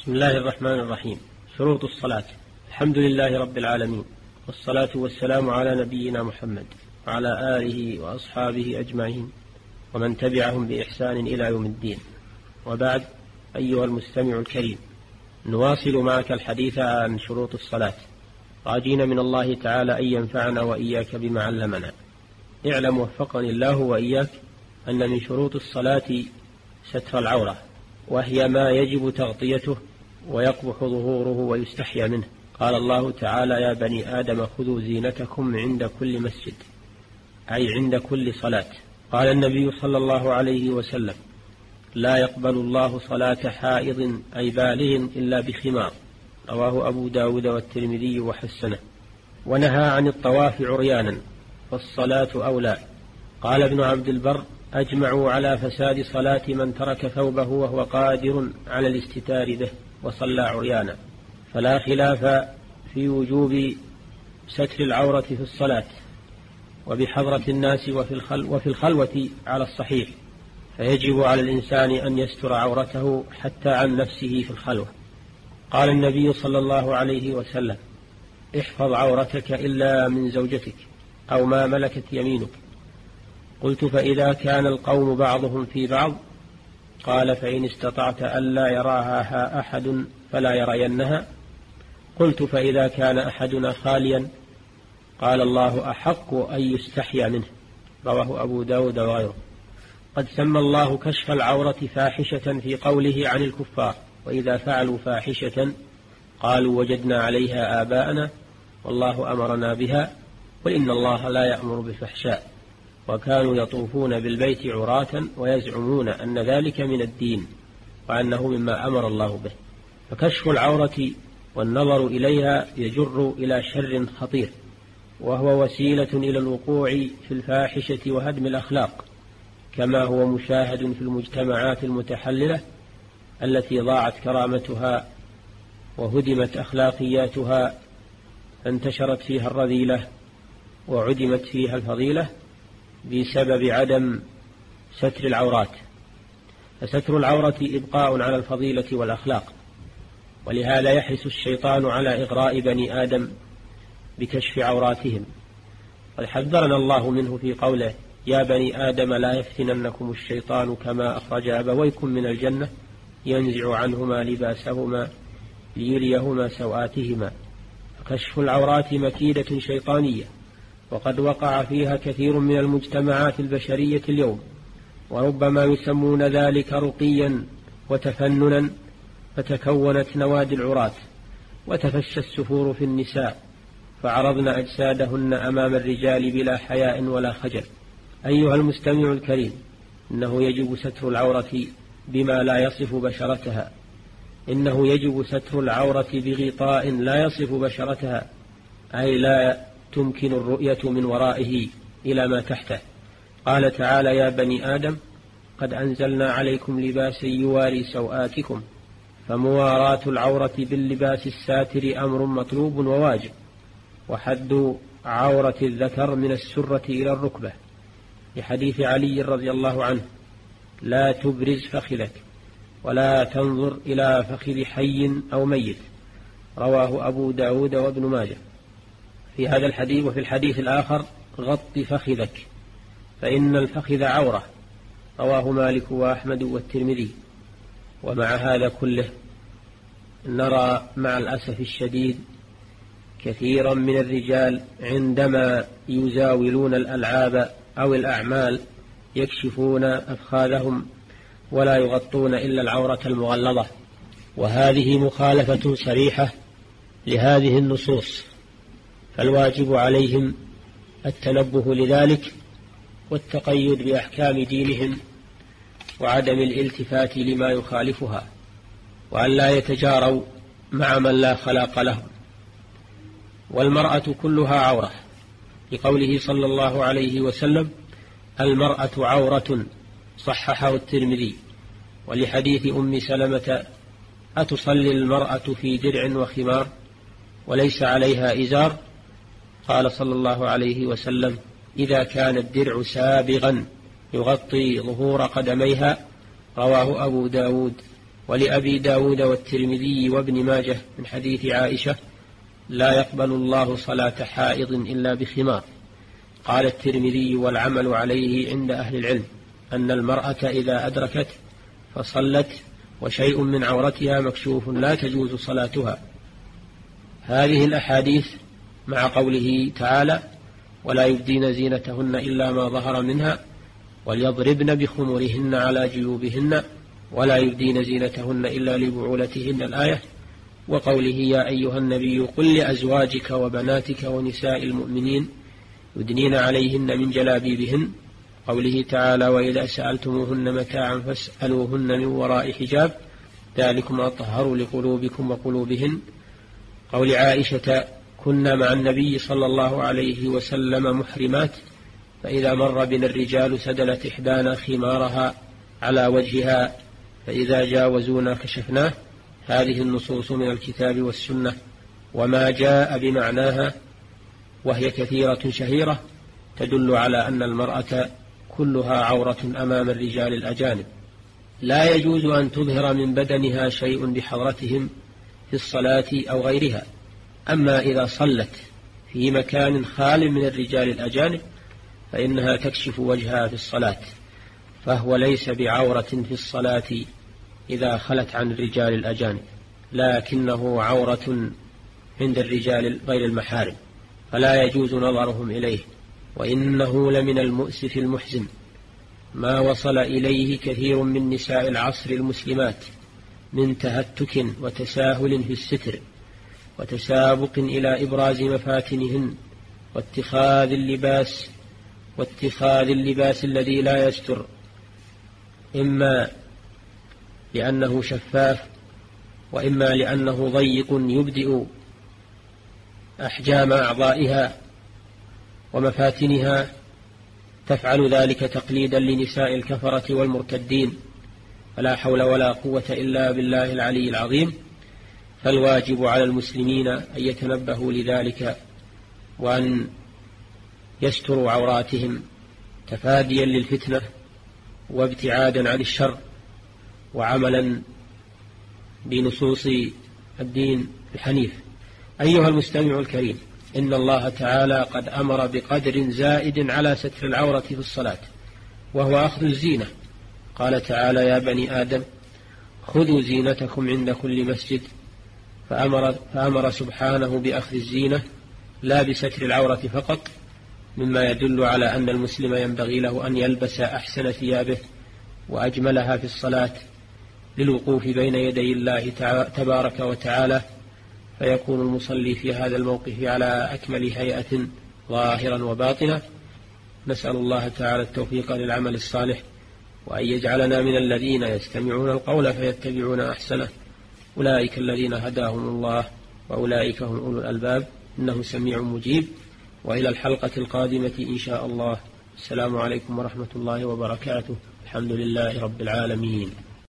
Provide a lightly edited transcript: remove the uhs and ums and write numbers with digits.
بسم الله الرحمن الرحيم. شروط الصلاة. الحمد لله رب العالمين، والصلاة والسلام على نبينا محمد وعلى آله وأصحابه أجمعين ومن تبعهم بإحسان إلى يوم الدين، وبعد. أيها المستمع الكريم، نواصل معك الحديث عن شروط الصلاة، راجين من الله تعالى أن ينفعنا وإياك بما علمنا. اعلم وفقني الله وإياك أن من شروط الصلاة ستر العورة، وهي ما يجب تغطيته ويقبح ظهوره ويستحيا منه. قال الله تعالى: يا بني آدم خذوا زينتكم عند كل مسجد، أي عند كل صلاة. قال النبي صلى الله عليه وسلم: لا يقبل الله صلاة حائض أي بالغ إلا بخمار. رواه أبو داود والترمذي وحسنه. ونهى عن الطواف عريانا، فالصلاة أولى. قال ابن عبد البر: أجمعوا على فساد صلاة من ترك ثوبه وهو قادر على الاستتار به وصلى عريانا، فلا خلاف في وجوب ستر العورة في الصلاة وبحضرة الناس وفي الخلوة على الصحيح، فيجب على الإنسان أن يستر عورته حتى عن نفسه في الخلوة. قال النبي صلى الله عليه وسلم: احفظ عورتك إلا من زوجتك أو ما ملكت يمينك. قلت: فإذا كان القوم بعضهم في بعض؟ قال: فإن استطعت ألا يراها أحد فلا يرينها. قلت: فإذا كان أحدنا خاليا؟ قال: الله أحق أن يستحيا منه. رواه أبو داود وغيره. قد سمى الله كشف العورة فاحشة في قوله عن الكفار: وإذا فعلوا فاحشة قالوا وجدنا عليها آباءنا والله أمرنا بها وإن الله لا يأمر بالفحشاء، وكانوا يطوفون بالبيت عراة ويزعمون أن ذلك من الدين وأنه مما أمر الله به. فكشف العورة والنظر إليها يجر إلى شر خطير، وهو وسيلة إلى الوقوع في الفاحشة وهدم الأخلاق، كما هو مشاهد في المجتمعات المتحللة التي ضاعت كرامتها وهدمت أخلاقياتها، فانتشرت فيها الرذيلة وعدمت فيها الفضيلة بسبب عدم ستر العورات. فستر العورة إبقاء على الفضيلة والأخلاق، ولهذا يحرص الشيطان على إغراء بني آدم بكشف عوراتهم. قد حذرنا الله منه في قوله: يا بني آدم لا يفتننكم الشيطان كما أخرج أبويكم من الجنة ينزع عنهما لباسهما ليريهما سوآتهما. فكشف العورات مكيدة شيطانية، وقد وقع فيها كثير من المجتمعات البشرية اليوم، وربما يسمون ذلك رقيا وتفننا، فتكونت نوادي العراة وتفشى السفور في النساء، فعرضن أجسادهن أمام الرجال بلا حياء ولا خجل. أيها المستمع الكريم، إنه يجب ستر العورة بما لا يصف بشرتها، إنه يجب ستر العورة بغطاء لا يصف بشرتها، أي لا تمكن الرؤية من ورائه إلى ما تحته. قال تعالى: يا بني آدم قد أنزلنا عليكم لباسا يواري سوآتكم. فمواراة العورة باللباس الساتر أمر مطلوب وواجب. وحد عورة الذكر من السرة إلى الركبة، لحديث علي رضي الله عنه: لا تبرز فخذك ولا تنظر إلى فخذ حي أو ميت. رواه أبو داود وابن ماجه. في هذا الحديث وفي الحديث الآخر: غط فخذك فإن الفخذ عورة. رواه مالك وأحمد والترمذي. ومع هذا كله نرى مع الأسف الشديد كثيرا من الرجال عندما يزاولون الألعاب أو الأعمال يكشفون أفخاذهم ولا يغطون إلا العورة المغلظة، وهذه مخالفة صريحة لهذه النصوص، فالواجب عليهم التنبه لذلك والتقيد بأحكام دينهم وعدم الالتفات لما يخالفها، وأن لا يتجاروا مع من لا خلاق لهم. والمرأة كلها عورة، لقوله صلى الله عليه وسلم: المرأة عورة، صححه الترمذي. ولحديث أم سلمة: أتصلي المرأة في درع وخمار وليس عليها إزار؟ قال صلى الله عليه وسلم: إذا كان الدرع سابغا يغطي ظهور قدميها. رواه أبو داود ولأبي داود والترمذي وابن ماجه من حديث عائشة: لا يقبل الله صلاة حائض إلا بخمار. قال الترمذي: والعمل عليه عند أهل العلم أن المرأة إذا أدركت فصلت وشيء من عورتها مكشوف لا تجوز صلاتها. هذه الأحاديث مع قوله تعالى: ولا يبدين زينتهن إلا ما ظهر منها وليضربن بخمرهن على جيوبهن ولا يبدين زينتهن إلا لبعولتهن، الآية، وقوله: يا أيها النبي قل لأزواجك وبناتك ونساء المؤمنين يدنين عليهن من جلابيبهن، قوله تعالى: وإذا سألتموهن متاعا فاسألوهن من وراء حجاب ذلكم أطهر لقلوبكم وقلوبهن، قول عائشة: كنا مع النبي صلى الله عليه وسلم محرمات فإذا مر بنا الرجال سدلت إحدانا خمارها على وجهها فإذا جاوزونا كشفناه. هذه النصوص من الكتاب والسنة وما جاء بمعناها، وهي كثيرة شهيرة، تدل على أن المرأة كلها عورة أمام الرجال الأجانب. لا يجوز أن تظهر من بدنها شيء بحضرتهم في الصلاة أو غيرها. أما إذا صلت في مكان خال من الرجال الأجانب فإنها تكشف وجهها في الصلاة، فهو ليس بعورة في الصلاة إذا خلت عن الرجال الأجانب، لكنه عورة عند الرجال غير المحارم، فلا يجوز نظرهم إليه. وإنه لمن المؤسف المحزن ما وصل إليه كثير من نساء العصر المسلمات من تهتك وتساهل في الستر وتسابق إلى إبراز مفاتنهن واتخاذ اللباس الذي لا يستر، إما لأنه شفاف وإما لأنه ضيق يبدئ أحجام أعضائها ومفاتنها، تفعل ذلك تقليدا لنساء الكفرة والمرتدين، فلا حول ولا قوة إلا بالله العلي العظيم. فالواجب على المسلمين أن يتنبهوا لذلك وأن يستروا عوراتهم تفاديا للفتنة وابتعادا عن الشر وعملا بنصوص الدين الحنيف. أيها المستمع الكريم، إن الله تعالى قد أمر بقدر زائد على ستر العورة في الصلاة، وهو أخذ الزينة. قال تعالى: يا بني آدم خذوا زينتكم عند كل مسجد، فأمر سبحانه بأخذ الزينة لا بستر العورة فقط، مما يدل على أن المسلم ينبغي له أن يلبس أحسن ثيابه وأجملها في الصلاة للوقوف بين يدي الله تبارك وتعالى، فيكون المصلي في هذا الموقف على أكمل هيئة ظاهرا وباطنا. نسأل الله تعالى التوفيق للعمل الصالح، وأن يجعلنا من الذين يستمعون القول فيتبعون أحسنه، أولئك الذين هداهم الله وأولئك هم أولو الألباب، إنه سميع مجيب. وإلى الحلقة القادمة إن شاء الله. السلام عليكم ورحمة الله وبركاته. الحمد لله رب العالمين.